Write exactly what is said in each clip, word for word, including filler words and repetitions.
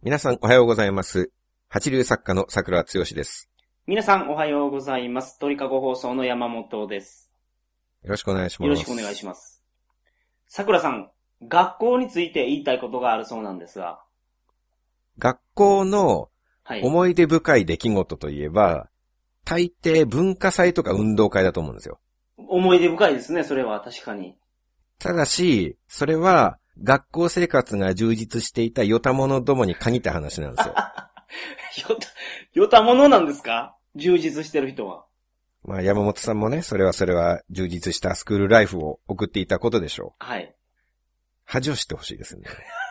皆さんおはようございます。八流作家の桜剛です。 皆さんおはようございます。鳥かご放送の山本です。 よろしくお願いします。 よろしくお願いします。桜さん、学校について言いたいことがあるそうなんですが。 学校の思い出深い出来事といえば、はい、大抵文化祭とか運動会だと思うんですよ。 思い出深いですね、それは確かに。 ただし、それは学校生活が充実していたヨタ者どもに限った話なんですよ。 ヨタ、ヨタ者なんですか？充実してる人は。 まあ山本さんもね、それはそれは充実したスクールライフを送っていたことでしょう。 はい。 恥を知ってほしいですね。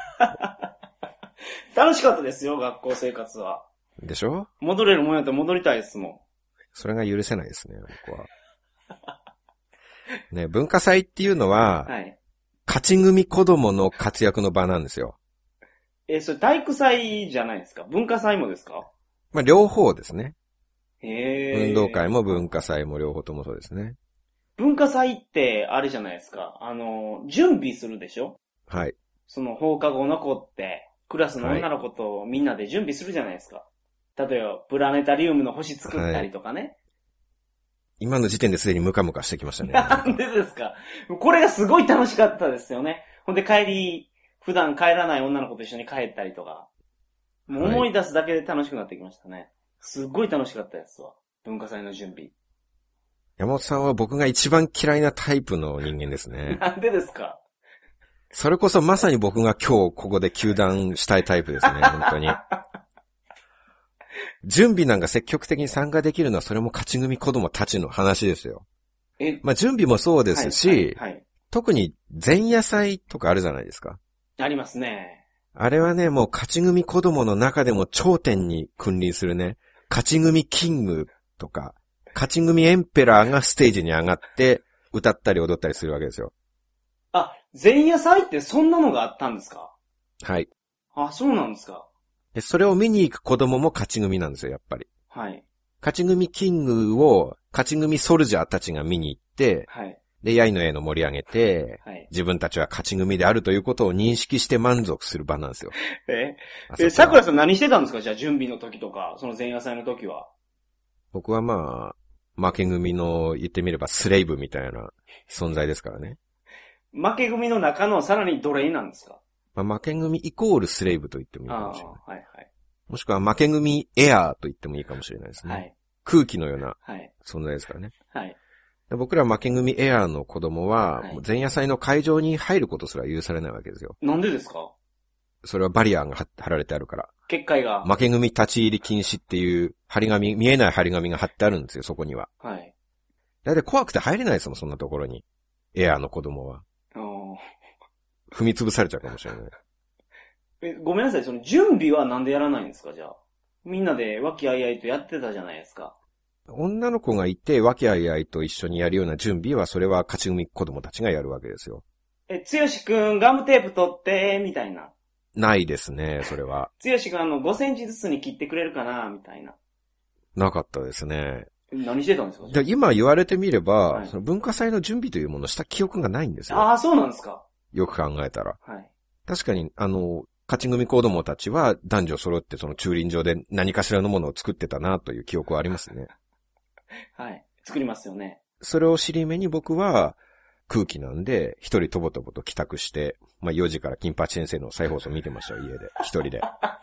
楽しかったですよ、学校生活は。 でしょ？ 戻れるもんやったら戻りたいですもん。 それが許せないですね、僕は。ね、文化祭っていうのは、はい、勝ち組子供の活躍の場なんですよ。 え、それ体育祭じゃないですか？文化祭もですか？ まあ、両方ですね。 へー。 運動会も文化祭も両方ともそうですね。 文化祭ってあれじゃないですか。あの、準備するでしょ？ はい。 その放課後残って、クラスの女の子とみんなで準備するじゃないですか。はい、例えば、プラネタリウムの星作ったりとかね。はい、 今の時点ですでにムカムカしてきましたね。 なんでですか？これがすごい楽しかったですよね。ほんで帰り、普段帰らない女の子と一緒に帰ったりとか。もう思い出すだけで楽しくなってきましたね。はい、すっごい楽しかったですわ。文化祭の準備。 山本さんは僕が一番嫌いなタイプの人間ですね。 なんでですか？ それこそまさに僕が今日ここで糾弾したいタイプですね、本当に。準備なんか積極的に参加できるのはそれも勝ち組子供たちの話ですよ。え、まあ準備もそうですし、はいはいはい、特に前夜祭とかあるじゃないですか。 ありますね。 あれはね、もう勝ち組子供の中でも頂点に君臨するね、勝ち組キングとか、勝ち組エンペラーがステージに上がって歌ったり踊ったりするわけですよ。 あ、前夜祭ってそんなのがあったんですか？ はい。 あ、そうなんですか。 で、それを見に行く子供も勝ち組なんですよ、やっぱり。 はい。 勝ち組キングを勝ち組ソルジャーたちが見に行って、はい。で、ヤイの絵の盛り上げて、はい。自分たちは勝ち組であるということを認識して満足する場なんですよ。 ええ、桜さん何してたんですか？じゃあ準備の時とか、その前夜祭の時は。 僕はまあ、負け組の言ってみればスレイブみたいな存在ですからね。 負け組の中のさらに奴隷なんですか？ まあ、負け組イコールスレイブと言ってもいいかもしれない。 はいはい。 もしくは負け組エアーと言ってもいいかもしれないですね。はい。空気のような存在ですからね。はい。僕ら負け組エアーの子供は、はい、前夜祭の会場に入ることすら許されないわけですよ。 なんでですか？それはバリアーが貼られてあるから。 結界が。 負け組立ち入り禁止っていう張り紙、見えない張り紙が貼ってあるんですよ、そこには。はい。だいたい怖くて入れないですもん、そんなところに。エアーの子供は。踏み潰されちゃうかもしれない。 え、ごめんなさい、その準備はなんでやらないんですか、じゃあ。みんなで和気あいあいとやってたじゃないですか。 女の子がいて和気あいあいと一緒にやるような準備は、それは勝ち組子供たちがやるわけですよ。 え、つよしくんガムテープ取って、みたいな。 ないですね、それは。 つよしくんあのごセンチずつに切ってくれるかな、みたいな。 なかったですね。 何してたんですか？ で今言われてみれば、はい、その文化祭の準備というものをした記憶がないんですよ。 ああ、そうなんですか。 よく考えたら。はい。確かに、あの、勝ち組子供たちは男女揃ってその駐輪場で何かしらのものを作ってたなという記憶はありますね。 はい。作りますよね。 それを尻目に僕は空気なんで一人とぼとぼと帰宅して、まあよじから金八先生の再放送見てましたよ、家で。一人で。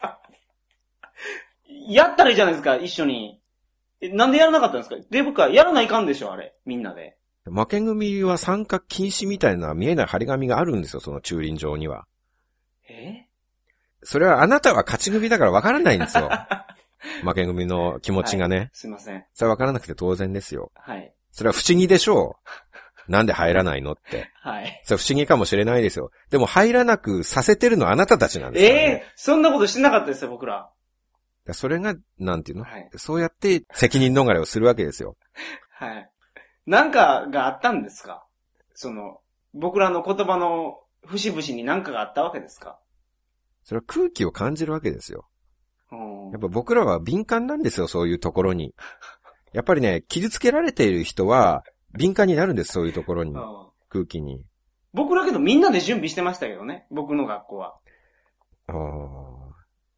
やったらいいじゃないですか、一緒に。え、なんでやらなかったんですか？で、僕はやらないかんでしょ、あれ。みんなで。 負け組は参加禁止みたいな見えない張り紙があるんですよ、その駐輪場には。 え？ それはあなたは勝ち組だから分からないんですよ。負け組の気持ちがね。はい、 すいません。 それは分からなくて当然ですよ。 はい。 それは不思議でしょう。なんで入らないのって。 はい。 それは不思議かもしれないですよ。でも入らなくさせてるのはあなたたちなんですよ、ね。 ええー、そんなことしてなかったですよ、僕ら。 それが、なんていうの、はい、そうやって責任逃れをするわけですよ。 はい。なんかがあったんですか？その、僕らの言葉の節々に何かがあったわけですか？ それは空気を感じるわけですよ。やっぱ僕らは敏感なんですよ、そういうところに。やっぱりね、傷つけられている人は敏感になるんです、そういうところに。空気に。 僕らけどみんなで準備してましたけどね、僕の学校は。 ああ。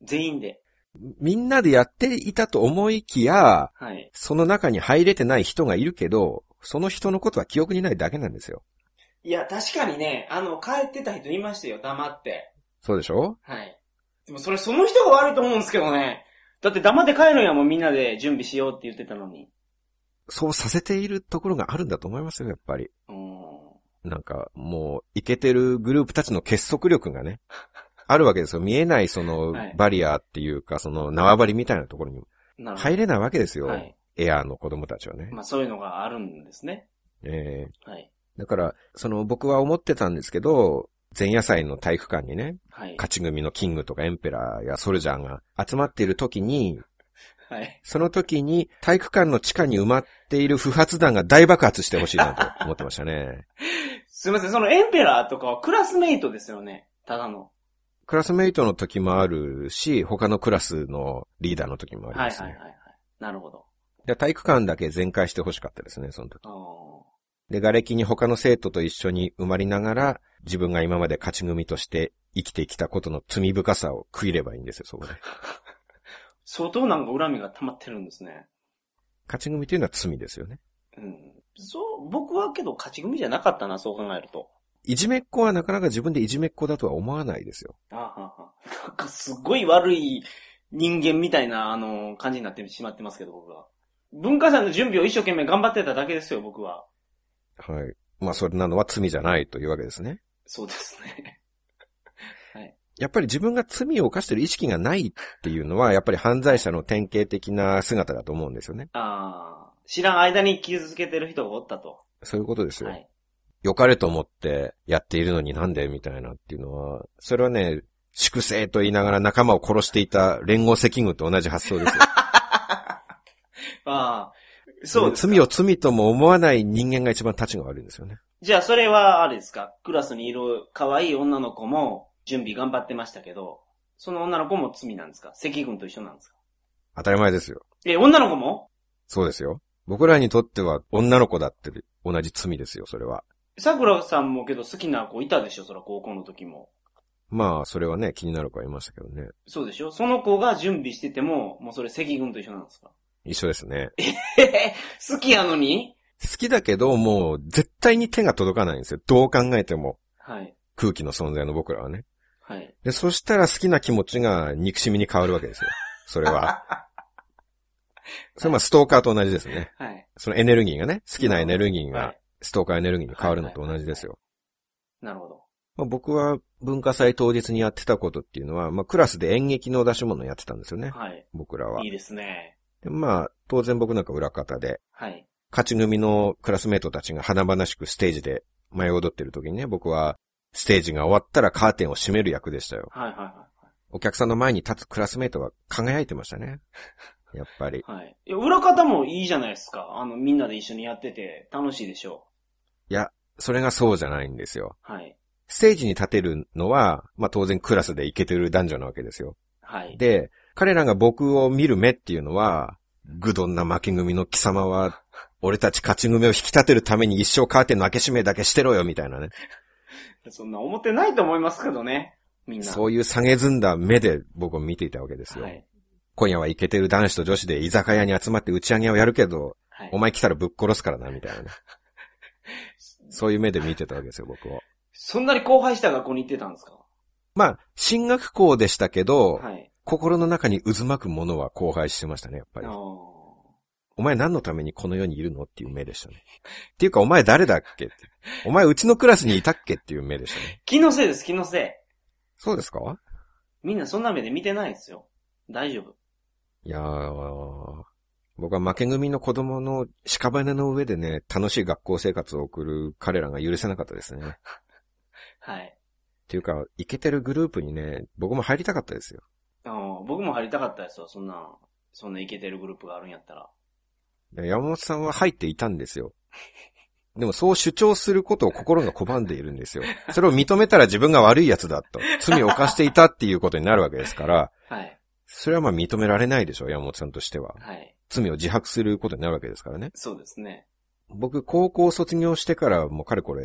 全員で。 みんなでやっていたと思いきや、 はい。 その中に入れてない人がいるけど、その人のことは記憶にないだけなんですよ。 いや、確かにね、あの、帰ってた人いましたよ、黙って。 そうでしょ？ はい。でもそれその人が悪いと思うんですけどね。だって黙って帰るんやもん、みんなで準備しようって言ってたのに。 そうさせているところがあるんだと思いますよ、やっぱり。 うん。 なんか、もう、イケてるグループたちの結束力がね、あるわけですよ。見えないその、バリアっていうか、その縄張りみたいなところに入れないわけですよ。はい、エアーの子供たちはね。 まあそういうのがあるんですね。 ええー。 はい。 だから、その僕は思ってたんですけど、前夜祭の体育館にね、はい、勝ち組のキングとかエンペラーやソルジャーが集まっている時に、はい、その時に体育館の地下に埋まっている不発弾が大爆発してほしいなと思ってましたね。 すいません、そのエンペラーとかはクラスメイトですよね、ただの。 クラスメイトの時もあるし、他のクラスのリーダーの時もありますね。 はいはいはい、はい。なるほど。 で体育館だけ全開してほしかったですね、その時。で、瓦礫に他の生徒と一緒に埋まりながら、自分が今まで勝ち組として生きてきたことの罪深さを食いればいいんですよ、そこで。 相当なんか恨みが溜まってるんですね。 勝ち組というのは罪ですよね。 うん。そう、僕はけど勝ち組じゃなかったな、そう考えると。 いじめっ子はなかなか自分でいじめっ子だとは思わないですよ。 あはは。なんかすごい悪い人間みたいな、あの、感じになってしまってますけど、僕は。文化祭の準備を一生懸命頑張ってただけですよ、僕は。 はい。まあ、それなのは罪じゃないというわけですね。 そうですね。はい。 やっぱり自分が罪を犯している意識がないっていうのは、やっぱり犯罪者の典型的な姿だと思うんですよね。 ああ。知らん間に傷つけてる人がおったと。 そういうことですよ。はい。良かれと思ってやっているのになんでみたいなっていうのは、それはね、粛清と言いながら仲間を殺していた連合赤軍と同じ発想ですよ。 ああ。そうですか。 罪を罪とも思わない人間が一番立ちが悪いんですよね。 じゃあそれはあれですか、クラスにいる可愛い女の子も準備頑張ってましたけど、その女の子も罪なんですか？赤軍と一緒なんですか？ 当たり前ですよ。 え、女の子も？ そうですよ。僕らにとっては女の子だって同じ罪ですよ、それは。 桜さんもけど好きな子いたでしょ、そら高校の時も。まあ、それはね、気になる子はいましたけどね。 そうでしょ？その子が準備してても、もうそれ赤軍と一緒なんですか？ 一緒ですね。 えへへ、好きやのに？ 好きだけど、もう絶対に手が届かないんですよ。どう考えても。 はい。 空気の存在の僕らはね。 はい。 で、そしたら好きな気持ちが憎しみに変わるわけですよ。それは。それはまあストーカーと同じですね。はい。そのエネルギーがね、好きなエネルギーがストーカーエネルギーに変わるのと同じですよ。 なるほど。 まあ、僕は文化祭当日にやってたことっていうのは、まあクラスで演劇の出し物をやってたんですよね。はい。僕らは。 いいですね。 でまあ、当然僕なんか裏方で。 はい。 勝ち組のクラスメートたちが華々しくステージで舞い踊ってる時にね、僕はステージが終わったらカーテンを閉める役でしたよ。 はいはいはい。 お客さんの前に立つクラスメートは輝いてましたね。やっぱり。 はい。いや、裏方もいいじゃないですか。あの、みんなで一緒にやってて楽しいでしょう。いや、それがそうじゃないんですよ。 はい。 ステージに立てるのは、まあ当然クラスでイケてる男女なわけですよ。 はい。 で、彼らが僕を見る目っていうのは、愚鈍な負け組の貴様は、俺たち勝ち組を引き立てるために一生カーテンの開け閉めだけしてろよ、みたいなね。 そんな思ってないと思いますけどね。みんな。 そういう下げずんだ目で僕を見ていたわけですよ。はい、今夜はイケてる男子と女子で居酒屋に集まって打ち上げをやるけど、はい、お前来たらぶっ殺すからな、みたいなね。そういう目で見てたわけですよ、僕を。そんなに荒廃した学校に行ってたんですか？ まあ、進学校でしたけど、はい、心の中に渦巻くものは荒廃してましたね、やっぱり。お前何のためにこの世にいるのっていう目でしたね。っていうかお前誰だっけって。お前うちのクラスにいたっけっていう目でしたね。 気のせいです、気のせい。 そうですか？ みんなそんな目で見てないですよ。大丈夫。 いやー、僕は負け組の子供の屍の上でね、楽しい学校生活を送る彼らが許せなかったですね。 はい。 っていうか、イケてるグループにね、僕も入りたかったですよ。 ああ、僕も入りたかったですよ。そんな、そんなイケてるグループがあるんやったら。 山本さんは入っていたんですよ。でもそう主張することを心が拒んでいるんですよ。それを認めたら自分が悪いやつだと。罪を犯していたっていうことになるわけですから。はい。それはまあ認められないでしょう、山本さんとしては。はい。罪を自白することになるわけですからね。 そうですね。 僕、高校卒業してからもうかれこれ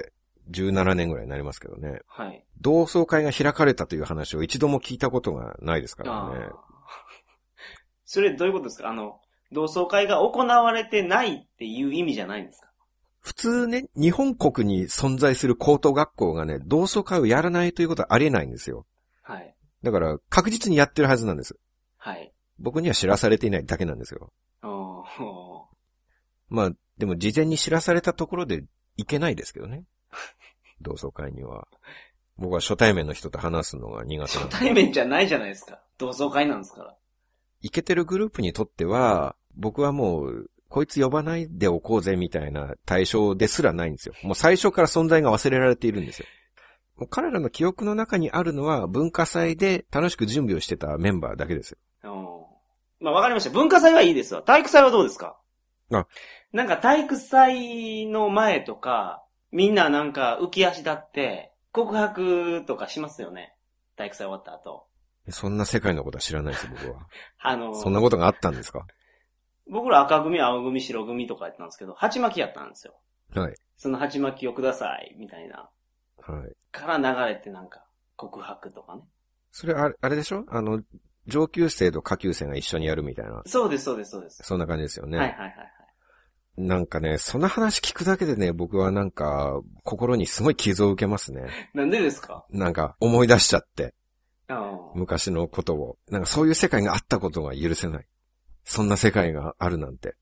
じゅうななねんぐらいになりますけどね。 はい。 同窓会が開かれたという話を一度も聞いたことがないですからね。 それどういうことですか？あの、同窓会が行われてないっていう意味じゃないんですか？ 普通ね、日本国に存在する高等学校がね、同窓会をやらないということはありえないんですよ。 はい。 だから確実にやってるはずなんです。 はい。 僕には知らされていないだけなんですよ。 おー。 まあ、でも事前に知らされたところで行けないですけどね。同窓会には。僕は初対面の人と話すのが苦手なんで。 初対面じゃないじゃないですか。同窓会なんですから。 イケてるグループにとっては、僕はもう、こいつ呼ばないでおこうぜみたいな対象ですらないんですよ。もう最初から存在が忘れられているんですよ。もう彼らの記憶の中にあるのは文化祭で楽しく準備をしてたメンバーだけですよ。 おまあわかりました。文化祭はいいですわ。体育祭はどうですか？ あ、 なんか体育祭の前とか、みんななんか浮き足立って告白とかしますよね。体育祭終わった後。 そんな世界のことは知らないです、僕は。 あのー、 そんなことがあったんですか？ 僕ら赤組、青組、白組とかやったんですけど、鉢巻きやったんですよ。 はい。 その鉢巻きをください、みたいな。 はい。 から流れてなんか、告白とかね。 それあれ、あれでしょ？あの、上級生と下級生が一緒にやるみたいな。 そうです、そうです、そうです。 そんな感じですよね。 はいはいはいはい。 なんかね、その話聞くだけでね、僕はなんか、心にすごい傷を受けますね。 なんでですか？ なんか、思い出しちゃって。 あ昔のことを。なんかそういう世界があったことが許せない。そんな世界があるなんて。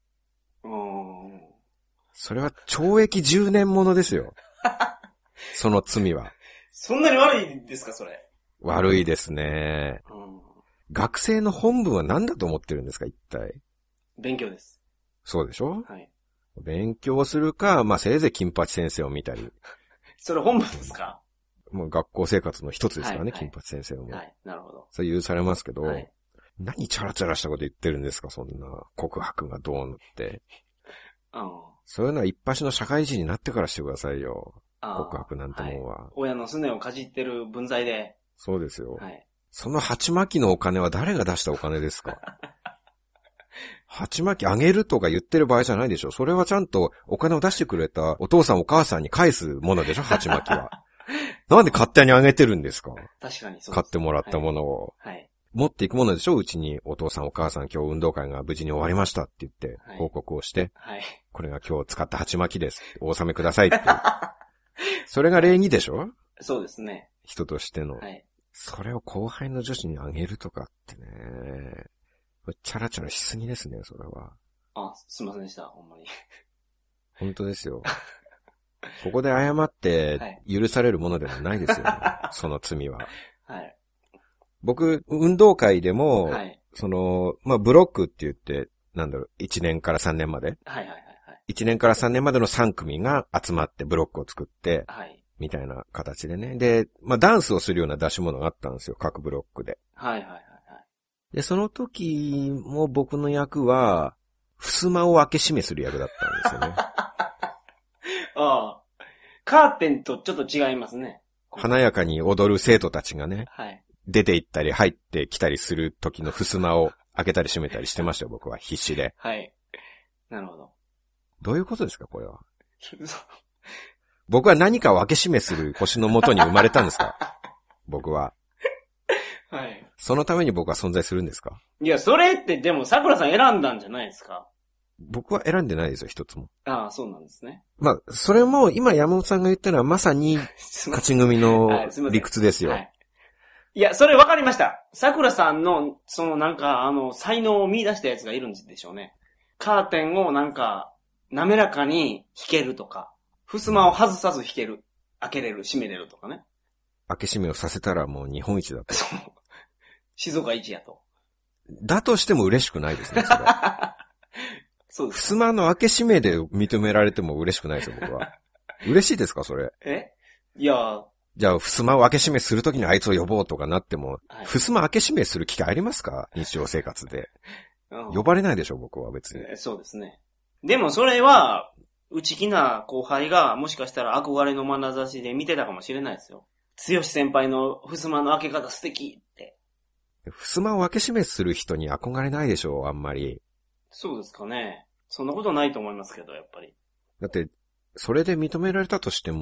それは懲役じゅうねんものですよ。その罪は。 そんなに悪いですか、それ。 悪いですね。学生の本分は何だと思ってるんですか、一体。 勉強です。 そうでしょ？ はい。 勉強するか、まあ、せいぜい金八先生を見たり。 それ本文ですか？ もう学校生活の一つですからね、はいはい、金八先生も。 はい、なるほど。 そう許されますけど、 はい、 何チャラチャラしたこと言ってるんですか、そんな告白がどうのって。 うん、 そういうのは一発の社会人になってからしてくださいよ。告白なんてもんは、はい。 親のすねをかじってる分際で。 そうですよ。 はい、 その鉢巻きのお金は誰が出したお金ですか？鉢巻きあげるとか言ってる場合じゃないでしょ。それはちゃんとお金を出してくれたお父さんお母さんに返すものでしょ、鉢巻きは。なんで勝手にあげてるんですか？ 確かにそう。 買ってもらったものを。 はいはい、 持っていくものでしょ、うちにお父さんお母さん今日運動会が無事に終わりましたって言って報告をして、 はいはい、 これが今日使った鉢巻きです。お納めくださいって。それが礼儀でしょ？ そうですね。 人としての。 はい、 それを後輩の女子にあげるとかってね。チャラチャラしすぎですね、それは。 あ、すいませんでした、ほんまに。 本当ですよ。ここで謝って許されるものでもないですよ、ね、はい、その罪は。 はい。 僕、運動会でも、 はい、 その、まあ、ブロックって言って、なんだろう、いちねんからさんねんまで。 はいはいはい、はい。 いちねんからさんねんまでのさん組が集まってブロックを作って、 はい。 みたいな形でね。で、まあ、ダンスをするような出し物があったんですよ、各ブロックで。 はいはいはいはい。 で、その時も僕の役は、襖を開け閉めする役だったんですよね。 ああ。カーテンとちょっと違いますね。 華やかに踊る生徒たちがね、 はい、 出て行ったり入ってきたりする時の襖を開けたり閉めたりしてましたよ、僕は必死で。 はい。なるほど。 どういうことですか、これは。僕は何かを開け閉めする星の下に生まれたんですか？僕は。 はい。 そのために僕は存在するんですか？ いや、それってでも桜さん選んだんじゃないですか？ 僕は選んでないですよ、一つも。あああ、そうなんですね。 まあ、それも今山本さんが言ったのはまさに勝ち組の理屈ですよ。 はい、いや、それ分かりました。桜さんの、そのなんか、あの、才能を見出したやつがいるんでしょうね。カーテンをなんか、滑らかに引けるとか、襖を外さず引ける、開けれる、閉めれるとかね。 開け閉めをさせたらもう日本一だと。 そう。静岡一やと。 だとしても嬉しくないですね、それ。 そうです。 襖の開け閉めで認められても嬉しくないですよ、僕は。嬉しいですか、それ。 えいやじゃあ、襖を開け閉めするときにあいつを呼ぼうとかなっても、はい、襖開け閉めする機会ありますか？日常生活で。うん、呼ばれないでしょ、僕は別に。 そうですね。でもそれは、内気な後輩がもしかしたら憧れの眼差しで見てたかもしれないですよ。剛先輩の襖の開け方素敵って。 襖を開け閉めする人に憧れないでしょ、あんまり。 そうですかね。そんなことないと思いますけど、やっぱり。 だって、それで認められたとしても、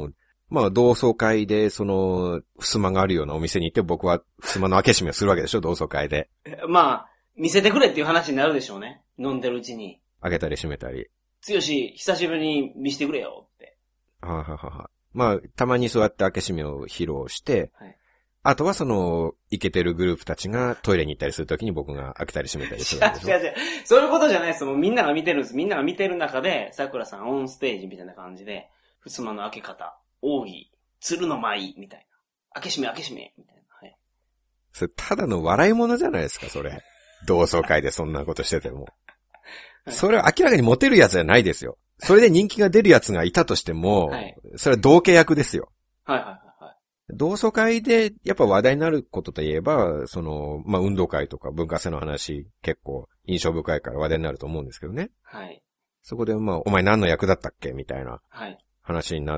まあ、同窓会で、その、襖があるようなお店に行って、僕は襖の開け閉めをするわけでしょ、同窓会で。 まあ、見せてくれっていう話になるでしょうね。飲んでるうちに。 開けたり閉めたり。 つよし、久しぶりに見せてくれよって。 はははは。まあ、たまにそうやって開け閉めを披露して、はい、あとはその、イケてるグループたちがトイレに行ったりするときに僕が開けたり閉めたりするわけでしょ。違う違う。 そういうことじゃないです。もうみんなが見てるんです。みんなが見てる中で、桜さんオンステージみたいな感じで、襖の開け方、奥義、鶴の舞みたいな。開け閉め開け閉めみたいな。はい。 それただの笑い物じゃないですか、それ。同窓会でそんなことしてても。はい、それは明らかにモテるやつじゃないですよ。それで人気が出るやつがいたとしても、はい、それは同系役ですよ。 はいはいはいはい。 同窓会でやっぱ話題になることといえば、その、まあ、運動会とか文化祭の話結構印象深いから話題になると思うんですけどね。 はい。 そこでまあ、お前何の役だったっけみたいな話になって、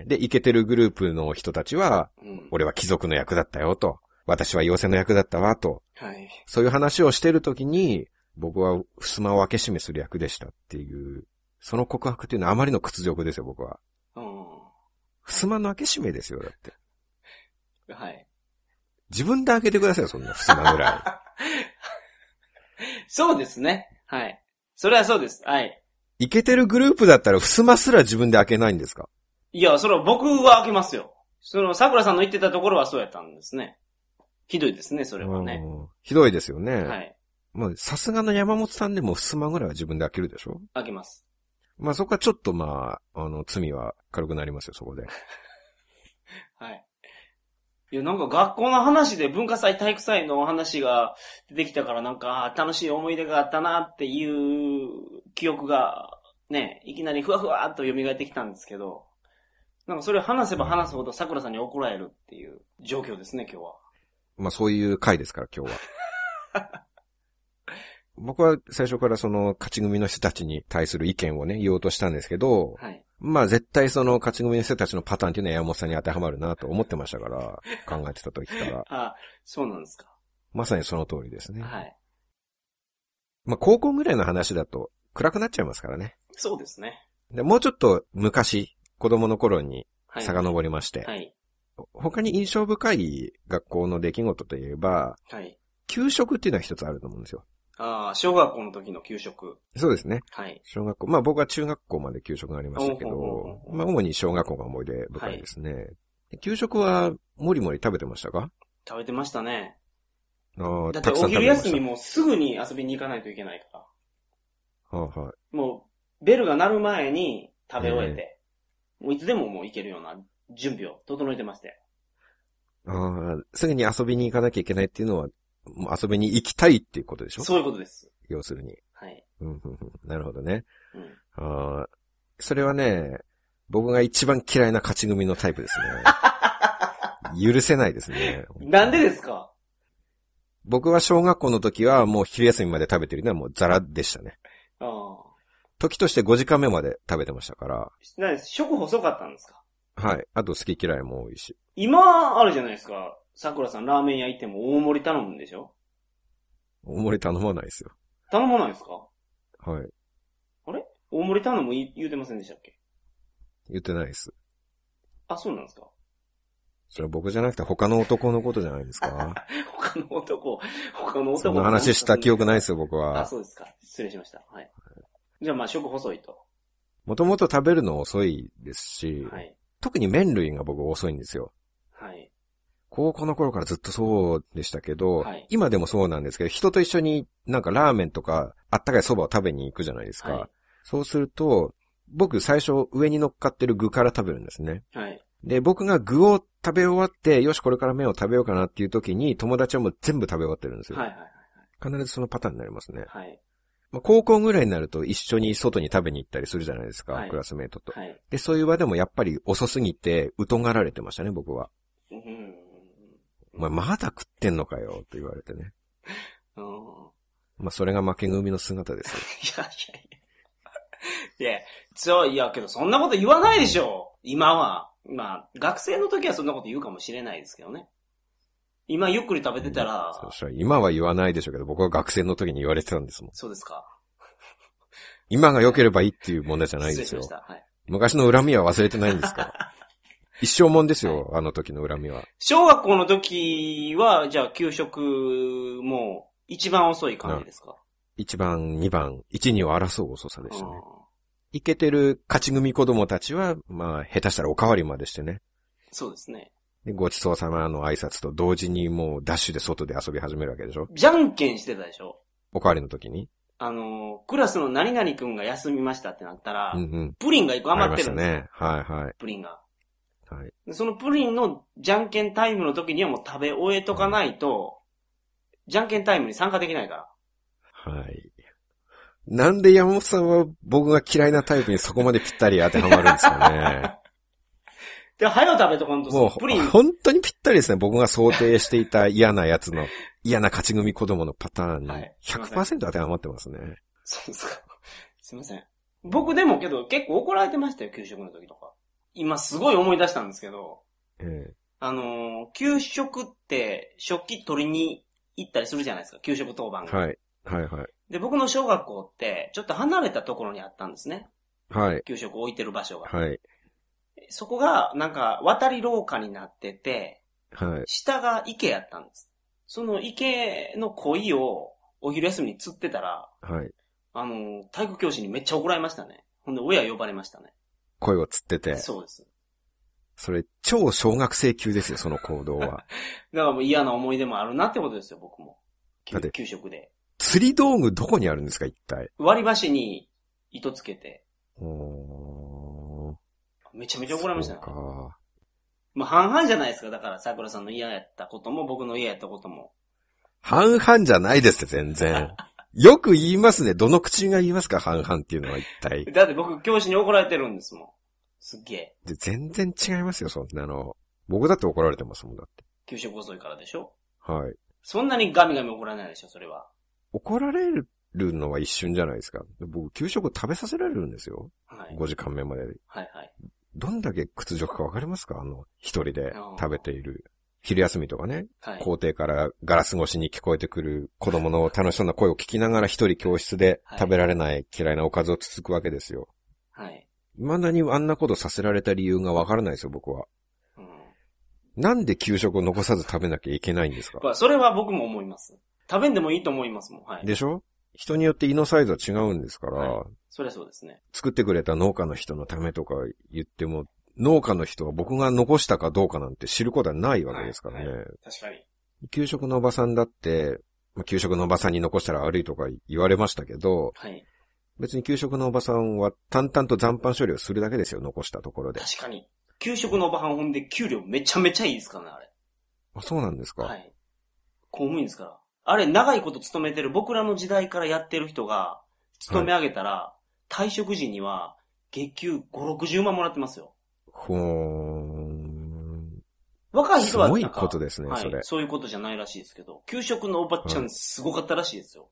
で、イケてるグループの人たちは、うん、俺は貴族の役だったよと、私は妖精の役だったわと、はい、そういう話をしてるときに、僕は襖を開け閉めする役でしたっていう、その告白っていうのはあまりの屈辱ですよ、僕は。うん。襖の開け閉めですよ、だって。 はい。 自分で開けてくださいよ、そんな襖ぐらい。そうですね。はい。それはそうです。はい。 イケてるグループだったら襖すら自分で開けないんですか？ いや、それは僕は開けますよ。その、桜さんの言ってたところはそうやったんですね。ひどいですね、それはね。 ひどいですよね。 はい。 まあ、さすがの山本さんでも襖ぐらいは自分で開けるでしょ？ 開けます。 まあそこはちょっとまあ、あの、罪は軽くなりますよ、そこで。 はい。いや、なんか学校の話で文化祭体育祭の話が出てきたからなんか楽しい思い出があったなっていう記憶がね、いきなりふわふわっと蘇ってきたんですけど、なんかそれを話せば話すほど桜さんに怒られるっていう状況ですね、今日は。 まあそういう回ですから、今日は。僕は最初からその勝ち組の人たちに対する意見をね、言おうとしたんですけど、はい、まあ絶対その勝ち組の人たちのパターンっていうのは山本さんに当てはまるなと思ってましたから、考えてた時から。 あ、そうなんですか。 まさにその通りですね。 はい。 まあ高校ぐらいの話だと暗くなっちゃいますからね。 そうですね。 でもうちょっと昔、子供の頃に遡りまして、はいはい、他に印象深い学校の出来事といえば、はい、給食っていうのは一つあると思うんですよ。 ああ、小学校の時の給食。 そうですね。 はい。 小学校。まあ僕は中学校まで給食がありましたけど、まあ主に小学校が思い出深いですね。はい、給食はもりもり食べてましたか？ 食べてましたね。 ああ、 だってお昼休みもすぐに遊びに行かないといけないから。 はあ、はい。 もう、ベルが鳴る前に食べ終えて、えー、もういつでももう行けるような準備を整えてましたよ。 ああ、すぐに遊びに行かなきゃいけないっていうのは、もう遊びに行きたいっていうことでしょ？ そういうことです。 要するに。 はい。 うんうんうん、なるほどね。うん、あ、それはね、僕が一番嫌いな勝ち組のタイプですね。許せないですね。 なんでですか？ 僕は小学校の時はもう昼休みまで食べてるのはもうザラでしたね。 ああ。 時としてごじかんめまで食べてましたから。 何です？食細かったんですか？ はい。あと好き嫌いも多いし。 今、あるじゃないですか。桜さんラーメン屋行っても大盛り頼むんでしょ？ 大盛り頼まないですよ。 頼まないですか？ はい。 あれ？大盛り頼む言うてませんでしたっけ？ 言ってないです。 あ、そうなんですか？ それは僕じゃなくて他の男のことじゃないですか？ 他の男、他の男そんな話した記憶ないですよ、僕は。 あ、そうですか。失礼しました。はい。じゃあまあ食細いと。 もともと食べるの遅いですし、はい、特に麺類が僕遅いんですよ。 はい。 高校の頃からずっとそうでしたけど、はい、今でもそうなんですけど、人と一緒になんかラーメンとかあったかい蕎麦を食べに行くじゃないですか。はい、そうすると、僕最初上に乗っかってる具から食べるんですね。 はい。で、 僕が具を食べ終わって、よしこれから麺を食べようかなっていう時に、友達はもう全部食べ終わってるんですよ。 はいはいはい。 必ずそのパターンになりますね。 はい。 まあ、高校ぐらいになると一緒に外に食べに行ったりするじゃないですか、はい、クラスメートと。はい。で、そういう場でもやっぱり遅すぎて、疎がられてましたね、僕は。うん。お前まだ食ってんのかよ、と言われてね。うん。まあ、それが負け組の姿ですよ。いやいやいや。いや、そう、いや、けどそんなこと言わないでしょ、今は。まあ、学生の時はそんなこと言うかもしれないですけどね。今ゆっくり食べてたら、 うん、そうそう、今は言わないでしょうけど、僕は学生の時に言われてたんですもん。 そうですか。 今が良ければいいっていう問題じゃないですよ。失礼しました。はい。昔の恨みは忘れてないんですから。 一生もんですよ、はい、あの時の恨みは。 小学校の時は、じゃあ給食も一番遅い感じですか？ 一番、二番、一、二を争う遅さでしたね。イケてる勝ち組子供たちは、まあ、下手したらおかわりまでしてね。 そうですね。 でごちそうさまの挨拶と同時にもうダッシュで外で遊び始めるわけでしょ？ じゃんけんしてたでしょ？ おかわりの時にあの、クラスの何々くんが休みましたってなったら、うんうん、プリンが一個余ってるんですよ。ありましたね。はいはい。 プリンが。 はい。 そのプリンのじゃんけんタイムの時にはもう食べ終えとかないと、うん、じゃんけんタイムに参加できないから。 はい。なんで山本さんは僕が嫌いなタイプにそこまでぴったり当てはまるんですかね。 で、はよ食べとこんともう、プリン。本当にぴったりですね。僕が想定していた嫌なやつの、嫌な勝ち組子供のパターンに ひゃくパーセント 当てはまってますね。 そうですか。すいません。僕でもけど結構怒られてましたよ、給食の時とか。今すごい思い出したんですけど、ええ、あのー、給食って食器取りに行ったりするじゃないですか、給食当番が。はい。はいはい。で、僕の小学校ってちょっと離れたところにあったんですね。はい。給食置いてる場所が。はい。そこがなんか渡り廊下になってて、はい。下が池やったんです。その池の鯉をお昼休みに釣ってたら、はい。あのー、体育教師にめっちゃ怒られましたね。ほんで親呼ばれましたね。鯉を釣ってて。そうです。それ、超小学生級ですよ、その行動は。だからもう嫌な思い出もあるなってことですよ、僕も。給食で。釣り道具どこにあるんですか、一体。割り箸に糸つけて。おー。めちゃめちゃ怒られましたね。そうか。まあ半々じゃないですか、だから桜さんの嫌やったことも僕の嫌やったことも。半々じゃないですって、全然。よく言いますね。どの口が言いますか、半々っていうのは一体。だって僕教師に怒られてるんですもん。すっげえ。で、全然違いますよ、そんなの。僕だって怒られてますもんだって。給食遅いからでしょ？はい。そんなにガミガミ怒られないでしょ、それは。怒られるのは一瞬じゃないですか。僕、給食食べさせられるんですよ。はい。ごじかんめまで。はいはい。どんだけ屈辱かわかりますか？あの、一人で食べている。昼休みとかね。はい。校庭からガラス越しに聞こえてくる子供の楽しそうな声を聞きながら一人教室で食べられない嫌いなおかずをつつくわけですよ。はい。未だにあんなことさせられた理由がわからないですよ、僕は。うん。なんで給食を残さず食べなきゃいけないんですか？それは僕も思います。食べんでもいいと思いますもん。はい。でしょ？人によって胃のサイズは違うんですから。はい。そりゃそうですね。作ってくれた農家の人のためとか言っても、農家の人は僕が残したかどうかなんて知ることはないわけですからね。はいはい、確かに。給食のおばさんだって、給食のおばさんに残したら悪いとか言われましたけど、はい。別に給食のおばさんは淡々と残飯処理をするだけですよ、残したところで。確かに。給食のおばはんほんで給料めちゃめちゃいいですからね、あれ。あ、そうなんですか。はい。公務員ですから。あれ、長いこと勤めてる、僕らの時代からやってる人が、勤め上げたら、はい、退職時には、月給ご、ろくじゅうまんもらってますよ。ほーん。若い人は、すごいことですね、はい、それ。そういうことじゃないらしいですけど、給食のおばちゃんすごかったらしいですよ。はい、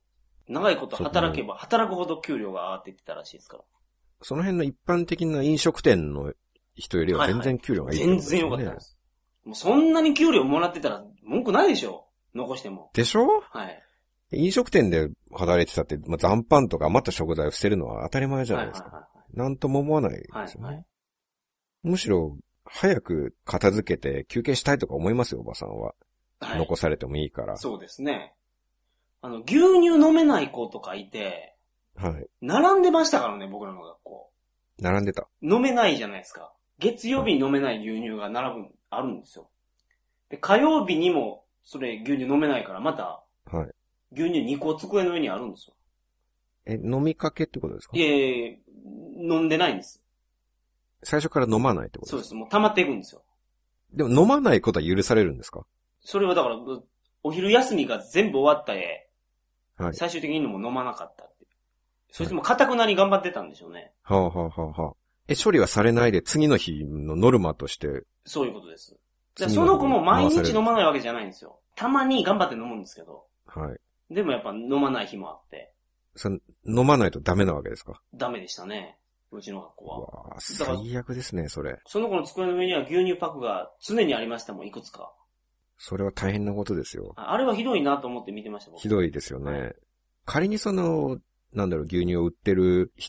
長いこと働けば、働くほど給料が上がっていってたらしいですから。その辺の一般的な飲食店の人よりは全然給料がいいってことですね。はいはい、全然良かったです。もうそんなに給料もらってたら文句ないでしょ。残しても。でしょ？はい。飲食店で働いてたって、まあ、残飯とか余った食材を捨てるのは当たり前じゃないですか。はいはいはいはい、なんとも思わないですよね。はいはい、むしろ、早く片付けて休憩したいとか思いますよ、おばさんは。はい。残されてもいいから。そうですね。あの、牛乳飲めない子とかいて、はい。並んでましたからね、僕らの学校。並んでた。飲めないじゃないですか。月曜日に飲めない牛乳が並ぶ、あるんですよ。で、火曜日にも、それ牛乳飲めないから、また、はい。牛乳にこ机の上にあるんですよ。え、飲みかけってことですか？いやいやいや、飲んでないんです。最初から飲まないってことですか？そうです。もう溜まっていくんですよ。でも飲まないことは許されるんですか？それはだから、お昼休みが全部終わった絵、はい。最終的にも飲まなかったって。そいつも固くなり頑張ってたんでしょうね。はあはあはあはあ。え、処理はされないで次の日のノルマとして。そういうことです。その子も毎日飲まないわけじゃないんですよ。たまに頑張って飲むんですけど。はい。でもやっぱ飲まない日もあって。そ飲まないとダメなわけですか？ダメでしたね。うちの学校は。うわぁ、最悪ですね、それ。その子の机の上には牛乳パックが常にありましたもん、いくつか。それは大変なことですよ。あれはひどいなと思って見てました、僕。ひどいですよね。はい、仮にその、なんだろう、牛乳を売ってる人が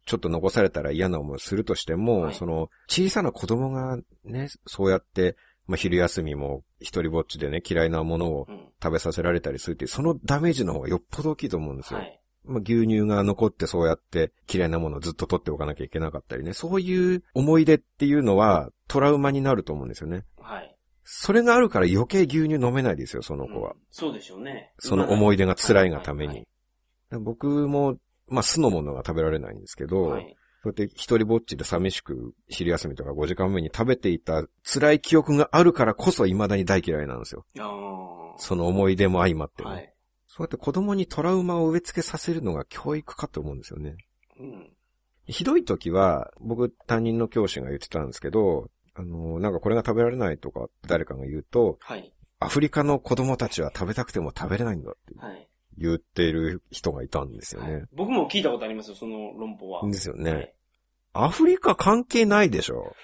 ちょっと残されたら嫌な思いをするとしても、はい、その、小さな子供がね、そうやって、まあ、昼休みも一人ぼっちでね、嫌いなものを食べさせられたりするっていう、そのダメージの方がよっぽど大きいと思うんですよ。はい、まあ、牛乳が残ってそうやって嫌いなものをずっと取っておかなきゃいけなかったりね、そういう思い出っていうのはトラウマになると思うんですよね。はい。それがあるから余計牛乳飲めないですよ、その子は。うん、 そうでしょうね。 その思い出が辛いがために。はいはいはい、僕も、まあ、酢のものが食べられないんですけど、はい、そうやって一人ぼっちで寂しく昼休みとかごじかんめに食べていた辛い記憶があるからこそ未だに大嫌いなんですよ。あその思い出も相まってね、はい。そうやって子供にトラウマを植え付けさせるのが教育かと思うんですよね。うん、ひどい時は、僕担任の教師が言ってたんですけど、あの、なんかこれが食べられないとか誰かが言うと、はい、アフリカの子供たちは食べたくても食べれないんだって言っている人がいたんですよね。はい、 僕も聞いたことありますよ、その論法は。 ですよね。はい、アフリカ関係ないでしょ。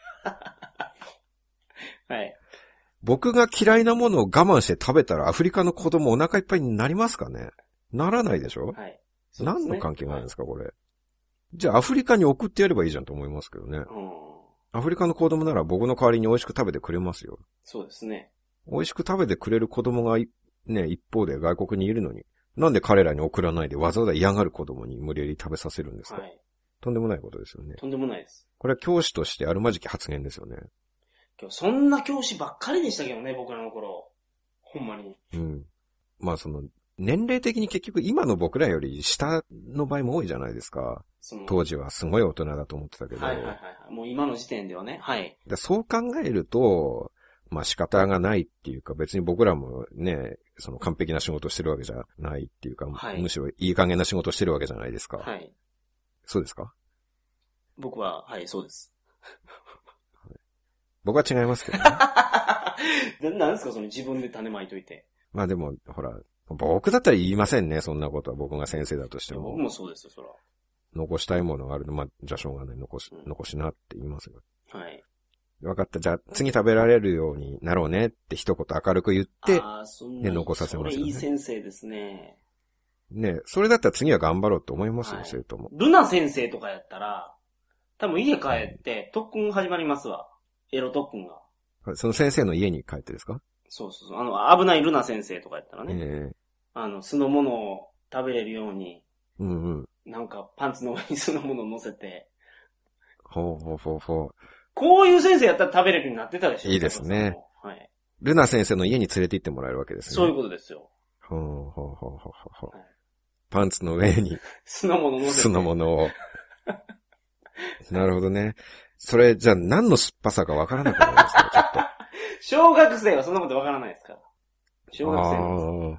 はい。僕が嫌いなものを我慢して食べたらアフリカの子供お腹いっぱいになりますかね？ならないでしょ？はい。ね、何の関係があるんですか、これ。じゃあアフリカに送ってやればいいじゃんと思いますけどね。うん、アフリカの子供なら僕の代わりに美味しく食べてくれますよ。 そうですね。 美味しく食べてくれる子供がね、一方で外国にいるのに、なんで彼らに送らないでわざわざ嫌がる子供に無理やり食べさせるんですか？はい。とんでもないことですよね。 とんでもないです。 これは教師としてあるまじき発言ですよね。 そんな教師ばっかりでしたけどね、僕らの頃。ほんまに。 うん。まあその、年齢的に結局今の僕らより下の場合も多いじゃないですか。当時はすごい大人だと思ってたけど。 はいはいはい。もう今の時点ではね。はい。 そう考えると、まあ仕方がないっていうか、別に僕らもね、その完璧な仕事してるわけじゃないっていうか、はい、むしろいい加減な仕事してるわけじゃないですか。はい。そうですか？ 僕は、はい、そうです。 僕は違いますけどね。 なんですかその自分で種まいといて。 まあでも、ほら、僕だったら言いませんね、そんなことは。僕が先生だとしても。 僕もそうですよ、そら。 残したいものがあるの、まあ、じゃあしょうがない、残し、うん、残しなって言いますよ。はい。分かった、じゃあ次食べられるようになろうねって一言明るく言って、あそんなね、残させますよね。 それいい先生ですね。 ね、それだったら次は頑張ろうと思いますよ、はい、生徒も。 ルナ先生とかやったら、多分家帰って、特訓始まりますわ。エロ特訓が。 その先生の家に帰ってですか？ そうそうそう。あの、危ないルナ先生とかやったらね。えー、あの、酢の物を食べれるように。うんうん。なんか、パンツの上に酢の物を乗せて。 ほうほうほうほう。 こういう先生やったら食べれるようになってたでしょ？ いいですね。はい。ルナ先生の家に連れて行ってもらえるわけですね。 そういうことですよ。 ほうほうほうほうほう。はい、パンツの上に。 酢の物を乗せて。 酢の物を。なるほどね。それ、じゃあ何の酸っぱさかわからなくなりますね、ちょっと。 小学生はそんなことわからないですから。小学生なんです。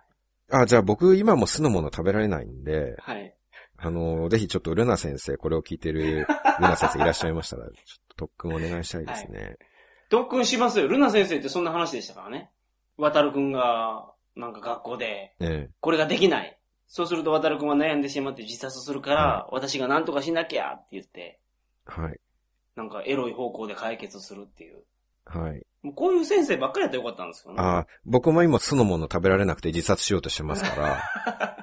ああ、じゃあ僕今も酢の物食べられないんで、はい。あの、ぜひちょっとルナ先生、これを聞いてるルナ先生いらっしゃいましたら、ちょっと特訓お願いしたいですね。はい、 特訓しますよ。ルナ先生ってそんな話でしたからね。渡るくんが、なんか学校で、これができない。そうすると渡るくんは悩んでしまって自殺するから、はい、私が何とかしなきゃって言って、はい。なんかエロい方向で解決するっていう。はい。もうこういう先生ばっかりやったらよかったんですよね。 ああ、僕も今酢の物食べられなくて自殺しようとしてますから、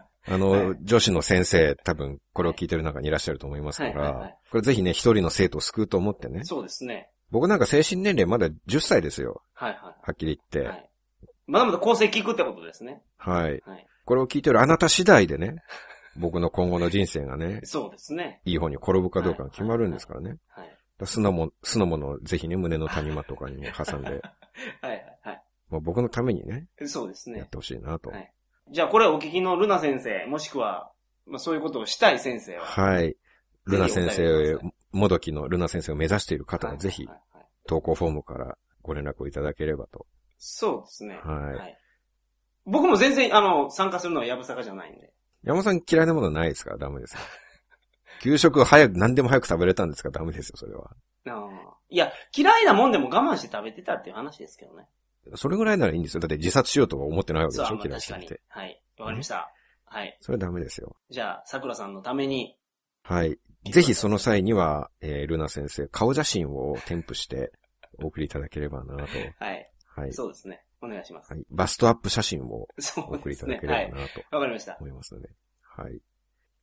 あの、はい、女子の先生多分これを聞いてる中にいらっしゃると思いますから、はいはいはい、これぜひね、一人の生徒を救うと思ってね。 そうですね。 僕なんか精神年齢まだじゅっさいですよ。はいはい。はっきり言って。はい、 まだまだ構成聞くってことですね。 はい。はい、これを聞いてるあなた次第でね、僕の今後の人生がね、 そうですね。 いい方に転ぶかどうかが決まるんですからね。はいはいはいはい、酢のも、酢のものをぜひね、胸の谷間とかに挟んで。はいはいはい。もう僕のためにね。 そうですね。 やってほしいなと。はい。 じゃあこれお聞きのルナ先生、もしくは、まあそういうことをしたい先生は。 はい。ルナ先生、もどきのルナ先生を目指している方はぜひ、投稿フォームからご連絡をいただければと。 そうですね。はい。はい、僕も全然、あの、参加するのはやぶさかじゃないんで。 山本さん嫌いなものないですか？ダメですよ。給食早く、何でも早く食べれたんですか？ダメですよ、それは。 あいや、嫌いなもんでも我慢して食べてたっていう話ですけどね。 それぐらいならいいんですよ。だって自殺しようとは思ってないわけでしょ、 嫌いしてて。はい。わかりました。はい。 それはダメですよ。 じゃあ、桜さんのために。 はい。ぜひその際には、えー、ルナ先生、顔写真を添付してお送りいただければなと。はい。はい。 そうですね。お願いします。 はい。バストアップ写真をお送りいただければなと。 わかりました。 思いますので。はい。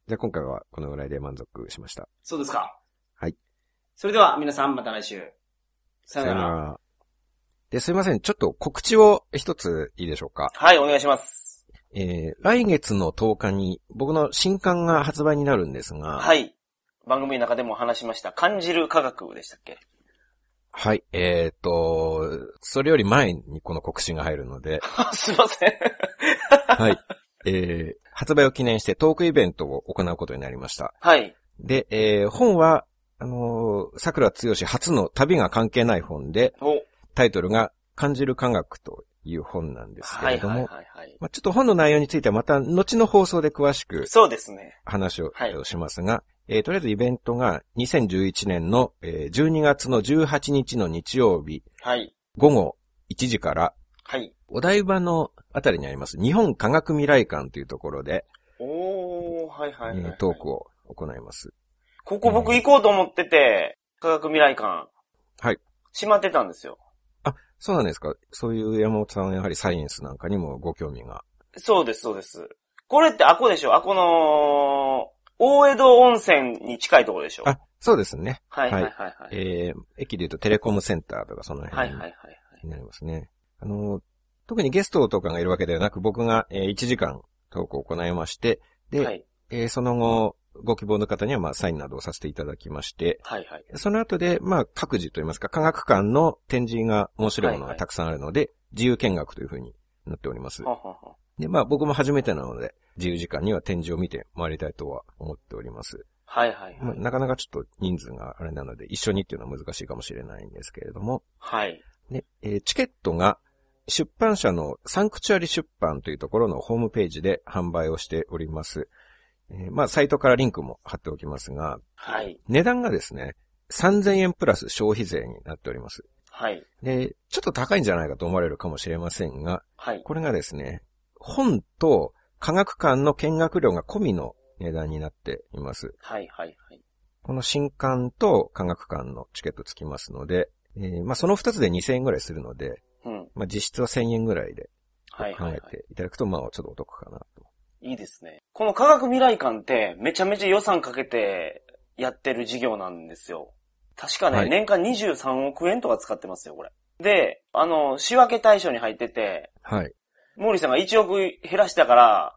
じゃあ今回はこのぐらいで満足しました。 そうですか。 はい。 それでは皆さんまた来週。さよなら。さよなら。 で、すいません。ちょっと告知を一ついいでしょうか。 はい、お願いします。 えー、来月のとおかに僕の新刊が発売になるんですが。 はい。番組の中でも話しました。感じる科学でしたっけ？ はい。えっと、それより前にこの告知が入るので。 すいません。 はい。えー、発売を記念してトークイベントを行うことになりました。 はい。 で、えー、本は、あのー、桜つよし初の旅が関係ない本で、タイトルが感じる科学という本なんですけれども、はいはいはいはい、まあ、ちょっと本の内容についてはまた後の放送で詳しく、 そうですね。 話をしますが、えー、とりあえずイベントがにせんじゅういちねんの、えー、じゅうにがつのじゅうはちにちの日曜日、 はい、 午後いちじから、 はい、 お台場のあたりにあります日本科学未来館というところで、 おー、はいはいはい、はい、 えー、トークを行います。 ここ僕行こうと思ってて、科学未来館。 はい。 閉まってたんですよ。 あ、そうなんですか。そういう山本さんはやはりサイエンスなんかにもご興味が。 そうです、そうです。これってあこでしょ？あこの、大江戸温泉に近いところでしょ？ あ、そうですね。 はいはいはい、はい。 えー、駅で言うとテレコムセンターとかその辺になりますね。はいはいはいはい、あの、特にゲストとかがいるわけではなく、僕が、えー、いちじかんトークを行いまして、で、はい、えー、その後、ご希望の方には、まあ、サインなどをさせていただきまして、 はいはい。 その後で、まあ、各自といいますか、科学館の展示が面白いものがたくさんあるので、はいはい、自由見学というふうになっております。 はははで、まあ、僕も初めてなので、自由時間には展示を見て回りたいとは思っております。 はいはい、はい。 まあ、なかなかちょっと人数があれなので、一緒にっていうのは難しいかもしれないんですけれども、 はい。 で、えー、チケットが、出版社のサンクチュアリ出版というところのホームページで販売をしております。えー、まあ、サイトからリンクも貼っておきますが、 はい。 値段がですね、さんぜんえんプラス消費税になっております。 はい。 で、ちょっと高いんじゃないかと思われるかもしれませんが、 はい。 これがですね、本と科学館の見学料が込みの値段になっています。 はいはいはい。 この新館と科学館のチケットつきますので、えー、まあ、その二つでにせんえんぐらいするので、 うん。 まあ、実質はせんえんぐらいで考はいはいはい、 えていただくと、まあ、ちょっとお得かなと。 いいですね。この科学未来館ってめちゃめちゃ予算かけてやってる事業なんですよ。確かね、はい、年間にじゅうさんおくえんとか使ってますよ、これ。で、あの、仕分け対象に入ってて、 はい。 毛利さんがいちおく減らしたから、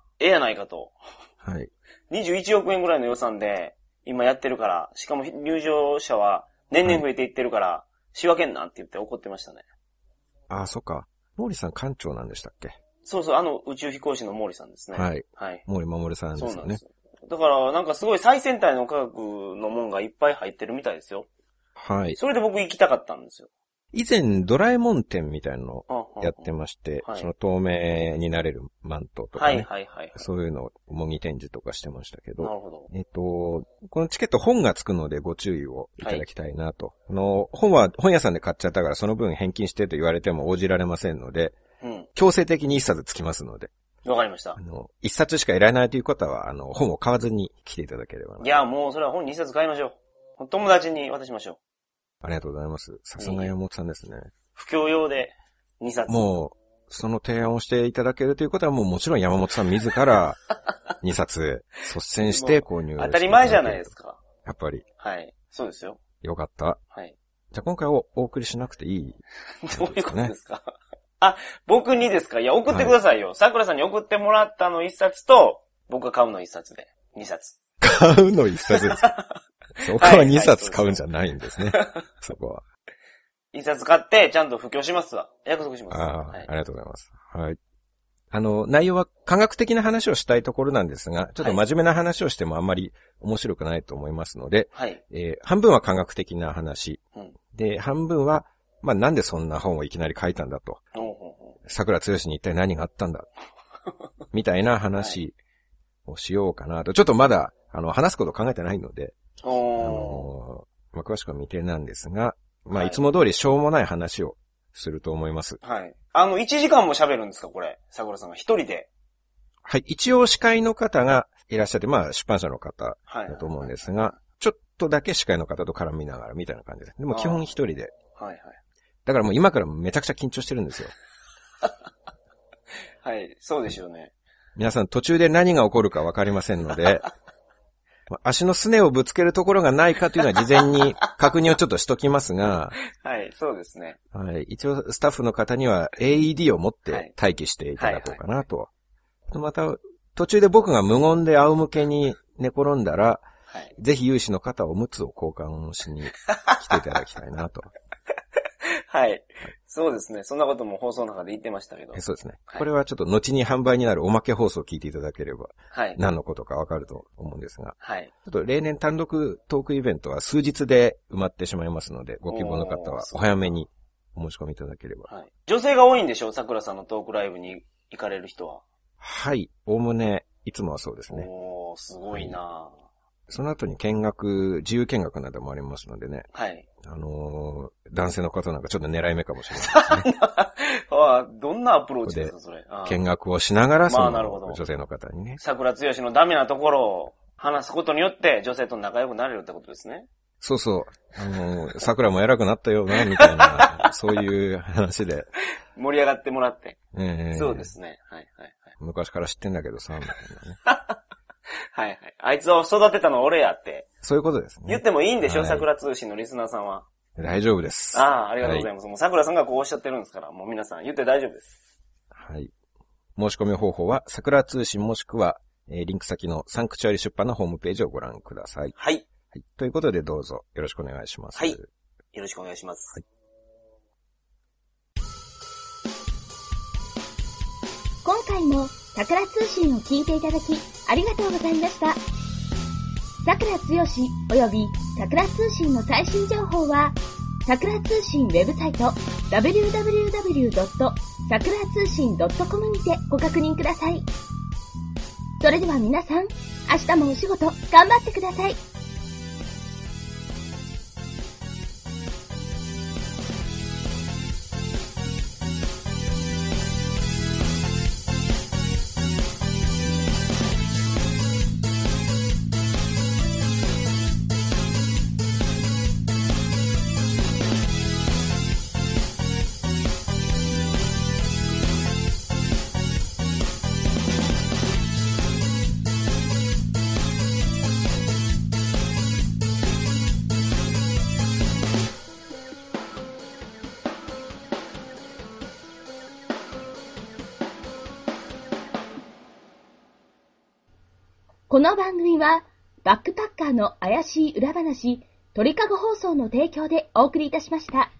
ええやないかと。 はい。 にじゅういちおくえんぐらいの予算で今やってるから、しかも入場者は年々増えていってるから、はい、仕分けんなって言って怒ってましたね。 ああ、そっか。毛利さん館長なんでしたっけ？ そうそう、あの宇宙飛行士の毛利さんですね。 はい。はい。毛利守さんですよね。そうなんです。 だから、なんかすごい最先端の科学のもんがいっぱい入ってるみたいですよ。 はい。 それで僕行きたかったんですよ。 以前、ドラえもん展みたいなのをやってまして、はい、その透明になれるマントとかね。はいはいはい、はい。そういうのを模擬展示とかしてましたけど。 なるほど。 えっと、このチケット本がつくのでご注意をいただきたいなと。はい、あの、本は本屋さんで買っちゃったからその分返金してと言われても応じられませんので、うん、強制的に一冊つきますので。 わかりました。 あの、一冊しかいらないという方は、あの、本を買わずに来ていただければな。 いや、もうそれは本に一冊買いましょう。友達に渡しましょう。 ありがとうございます。さすが山本さんですね。 不況用でにさつ。 もう、その提案をしていただけるということはもうもちろん山本さん自らにさつ率先して購入して当たり前じゃないですか。 やっぱり。 はい。そうですよ。 よかった。 はい。 じゃあ今回はお送りしなくていい、ね、 どういうことですか？あ、僕にですか？いや、送ってくださいよ。さくらさんに送ってもらったのいっさつと、僕が買うのいっさつで、にさつ。 買うのいっさつです。僕はにさつ買うんじゃないんですね。はいはい、そこは。 一冊買って、ちゃんと布教しますわ。約束します。 ああ、はい、ありがとうございます。はい。あの、内容は科学的な話をしたいところなんですが、ちょっと真面目な話をしてもあんまり面白くないと思いますので、はい。えー、半分は科学的な話。うん、で、半分は、まあ、なんでそんな本をいきなり書いたんだと。桜つよしに一体何があったんだ。みたいな話をしようかなと。ちょっとまだ、あの、話すこと考えてないので、あのー、まあ、詳しくは未定なんですが、まあ、いつも通りしょうもない話をすると思います。 はい。あの、いちじかんも喋るんですかこれ。桜さんが一人で。 はい。一応司会の方がいらっしゃって、まあ、出版社の方だと思うんですが、はいはいはい、ちょっとだけ司会の方と絡みながらみたいな感じです。でも基本一人で。はいはい。だからもう今からめちゃくちゃ緊張してるんですよ。 はい。そうでしょうね。 皆さん途中で何が起こるかわかりませんので、 足のすねをぶつけるところがないかというのは事前に確認をちょっとしときますが。 はい、そうですね。 はい。一応スタッフの方には エーイーディー を持って待機していただこうかなと。はいはいはい、また、途中で僕が無言で仰向けに寝転んだら、はい、ぜひ有志の方はおむつを交換しに来ていただきたいなと。 はい。そうですね。そんなことも放送の中で言ってましたけど。 そうですね。はい、これはちょっと後に販売になるおまけ放送を聞いていただければ、はい、何のことかわかると思うんですが、はい、ちょっと例年単独トークイベントは数日で埋まってしまいますので、ご希望の方はお早めにお申し込みいただければ。はい、 女性が多いんでしょう、桜さんのトークライブに行かれる人は。 はい。おおむね、いつもはそうですね。 おー、すごいな、はい、 その後に見学、自由見学などもありますのでね。はい。あのー、男性の方なんかちょっと狙い目かもしれないですね。 あどんなアプローチですか、それ。 見学をしながら、その、まあ、女性の方にね。 桜つよしのダメなところを話すことによって女性と仲良くなれるってことですね。 そうそう。あのー、桜も偉くなったよな、みたいな、そういう話で。 盛り上がってもらって。えー、そうですね。はいはいはい。 昔から知ってんだけどさ、みたいなね。 はいはい。あいつを育てたの俺やって。 そういうことですね。 言ってもいいんでしょ、はい、桜通信のリスナーさんは。 大丈夫です。 ああ、ありがとうございます。はい、もう桜さんがこうおっしゃってるんですから、もう皆さん言って大丈夫です。 はい。申し込み方法は、桜通信もしくは、えー、リンク先のサンクチュアリ出版のホームページをご覧ください。はい。はい。ということでどうぞよろしくお願いします。 はい。よろしくお願いします。はい。 今回も桜通信を聞いていただきありがとうございました。桜つよしおよび桜通信の最新情報は桜通信ウェブサイト ダブリューダブリューダブリュードットさくら通信ドットコム にてご確認ください。それでは皆さん、明日もお仕事頑張ってください。この番組はバックパッカーの怪しい裏話鳥かご放送の提供でお送りいたしました。